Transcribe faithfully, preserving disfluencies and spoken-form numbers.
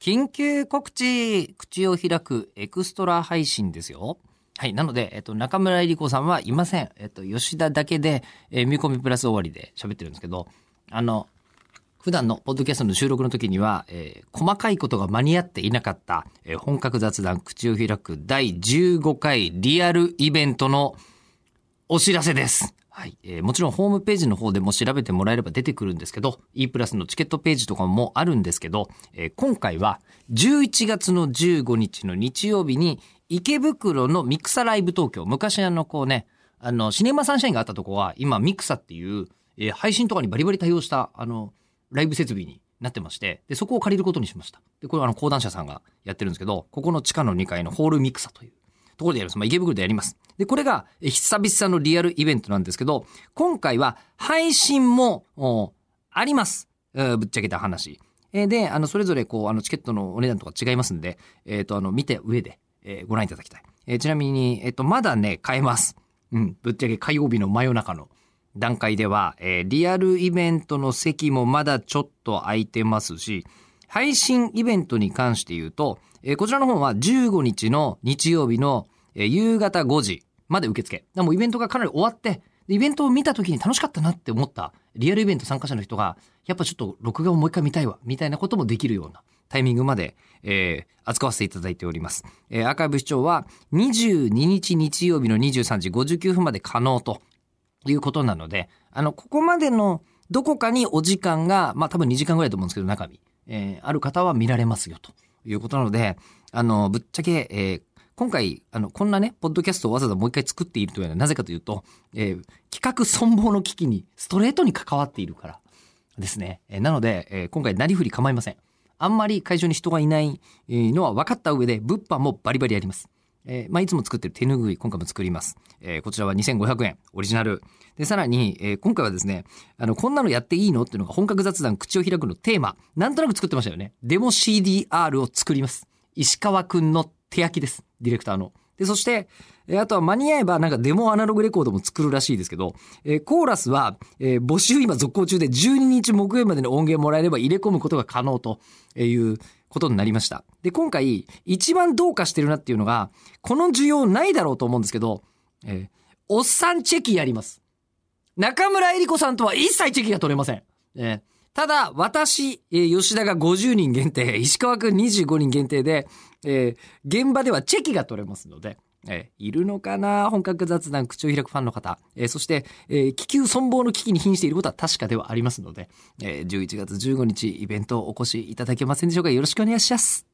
緊急告知、口を開くエクストラ配信ですよ。はい。なので、えっと、中村えり子さんはいません。えっと、吉田だけで、えー、見込みプラス終わりで喋ってるんですけど、あの、普段のポッドキャストの収録の時には、えー、細かいことが間に合っていなかった、えー、本格雑談口を開くだいじゅうごかいリアルイベントのお知らせです。はい、えー。もちろんホームページの方でも調べてもらえれば出てくるんですけど、E プラスのチケットページとかもあるんですけど、えー、今回はじゅういちがつのじゅうごにちの日曜日に池袋のミクサライブ東京、昔あのこうね、あのシネマサンシャインがあったとこは今ミクサっていう、えー、配信とかにバリバリ対応したあのライブ設備になってまして、でそこを借りることにしました。でこれはあの講談社さんがやってるんですけど、ここの地下のにかいのホールミクサというところでやります。まあ、池袋でやります。で、これが久々のリアルイベントなんですけど、今回は配信もあります。ぶっちゃけた話。えー、で、あの、それぞれこう、あの、チケットのお値段とか違いますんで、えっと、あの、見て上で、えー、ご覧いただきたい。えー、ちなみに、えっと、まだね、買えます。うん、ぶっちゃけ火曜日の真夜中の段階では、えー、リアルイベントの席もまだちょっと空いてますし、配信イベントに関して言うと、えー、こちらの方はじゅうごにちの日曜日の、えー、夕方ごじまで受付。でもイベントがかなり終わって、イベントを見た時に楽しかったなって思ったリアルイベント参加者の人が、やっぱちょっと録画をもう一回見たいわ、みたいなこともできるようなタイミングまで、えー、扱わせていただいております。えー、アーカイブ視聴はにじゅうににち日曜日のにじゅうさんじごじゅうきゅうふんまで可能ということなので、あの、ここまでのどこかにお時間が、まあ多分にじかんぐらいだと思うんですけど、中身、えー、ある方は見られますよということなので、あの、ぶっちゃけ、えー、今回、あの、こんなね、ポッドキャストをわざわざもう一回作っているというのはなぜかというと、えー、企画存亡の危機にストレートに関わっているからですね。えー、なので、えー、今回なりふり構いません。あんまり会場に人がいないのは分かった上で、物販もバリバリやります。えー、まあ、いつも作ってる手ぬぐい、今回も作ります。えー、こちらはにせんごひゃくえん、オリジナル。で、さらに、えー、今回はですね、あの、こんなのやっていいのっていうのが本格雑談口を開くのテーマ。なんとなく作ってましたよね。デモ シーディーアール を作ります。石川くんの手焼きです。ディレクターの。で、そして、えー、あとは間に合えばなんかデモアナログレコードも作るらしいですけど、えー、コーラスは、えー、募集今続行中でじゅうににち木曜日までの音源もらえれば入れ込むことが可能ということになりました。で、今回一番どうかしてるなっていうのが、この需要ないだろうと思うんですけど、えー、おっさんチェキやります。中村えり子さんとは一切チェキが取れません。えーただ、私、えー、吉田がごじゅうにん限定、石川くんにじゅうごにん限定で、えー、現場ではチェキが取れますので、えー、いるのかな本格雑談口を開くファンの方。えー、そして、えー、気球存亡の危機に瀕していることは確かではありますので、えー、じゅういちがつじゅうごにちイベントをお越しいただけませんでしょうか。よろしくお願いします。